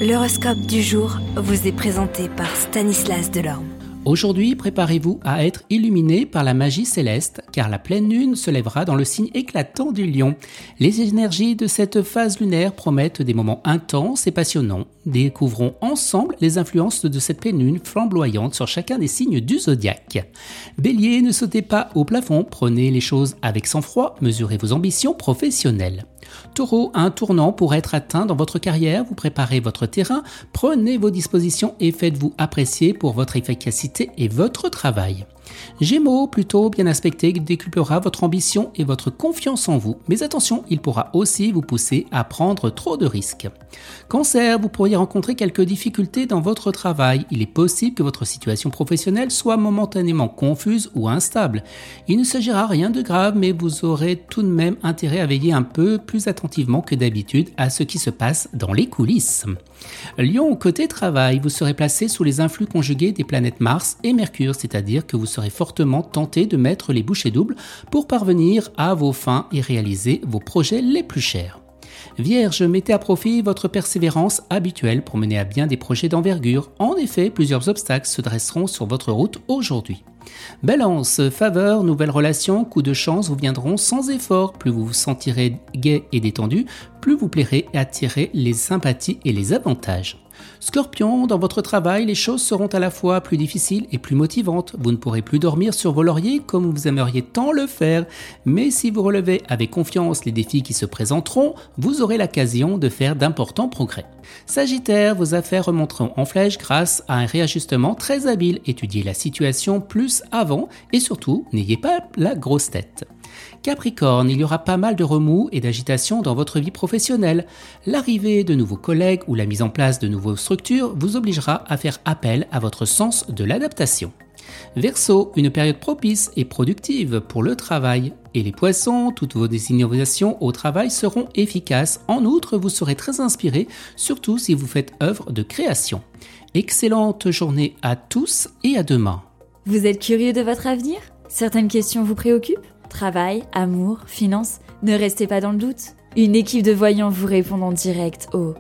L'horoscope du jour vous est présenté par Stanislas Delorme. Aujourd'hui, préparez-vous à être illuminé par la magie céleste, car la pleine lune se lèvera dans le signe éclatant du lion. Les énergies de cette phase lunaire promettent des moments intenses et passionnants. Découvrons ensemble les influences de cette pleine lune flamboyante sur chacun des signes du zodiaque. Bélier, ne sautez pas au plafond, prenez les choses avec sang-froid, mesurez vos ambitions professionnelles. Taureau, un tournant pour être atteint dans votre carrière, vous préparez votre terrain, prenez vos dispositions et faites-vous apprécier pour votre efficacité et votre travail. Gémeaux, plutôt bien aspecté, décuplera votre ambition et votre confiance en vous. Mais attention, il pourra aussi vous pousser à prendre trop de risques. Cancer, vous pourriez rencontrer quelques difficultés dans votre travail. Il est possible que votre situation professionnelle soit momentanément confuse ou instable. Il ne s'agira rien de grave, mais vous aurez tout de même intérêt à veiller un peu plus attentivement que d'habitude à ce qui se passe dans les coulisses. Lion, côté travail, vous serez placé sous les influx conjugués des planètes Mars et Mercure, c'est-à-dire que vous serez fortement tenté de mettre les bouchées doubles pour parvenir à vos fins et réaliser vos projets les plus chers. Vierge, mettez à profit votre persévérance habituelle pour mener à bien des projets d'envergure. En effet, plusieurs obstacles se dresseront sur votre route aujourd'hui. Balance, faveur, nouvelles relations, coups de chance vous viendront sans effort. Plus vous vous sentirez gai et détendu, plus vous plairez et attirer les sympathies et les avantages. Scorpion, dans votre travail, les choses seront à la fois plus difficiles et plus motivantes. Vous ne pourrez plus dormir sur vos lauriers comme vous aimeriez tant le faire. Mais si vous relevez avec confiance les défis qui se présenteront, vous aurez l'occasion de faire d'importants progrès. Sagittaire, vos affaires remonteront en flèche grâce à un réajustement très habile. Étudiez la situation plus avant et surtout, n'ayez pas la grosse tête. Capricorne, il y aura pas mal de remous et d'agitation dans votre vie professionnelle. L'arrivée de nouveaux collègues ou la mise en place de nouvelles structures vous obligera à faire appel à votre sens de l'adaptation. Verseau, une période propice et productive pour le travail. Et les poissons, toutes vos innovations au travail seront efficaces. En outre, vous serez très inspiré, surtout si vous faites œuvre de création. Excellente journée à tous et à demain. Vous êtes curieux de votre avenir ? Certaines questions vous préoccupent ? Travail, amour, finances, ne restez pas dans le doute. Une équipe de voyants vous répond en direct au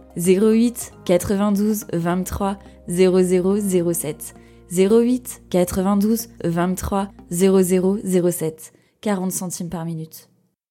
08 92 23 0007. 08 92 23 0007. 40 centimes par minute.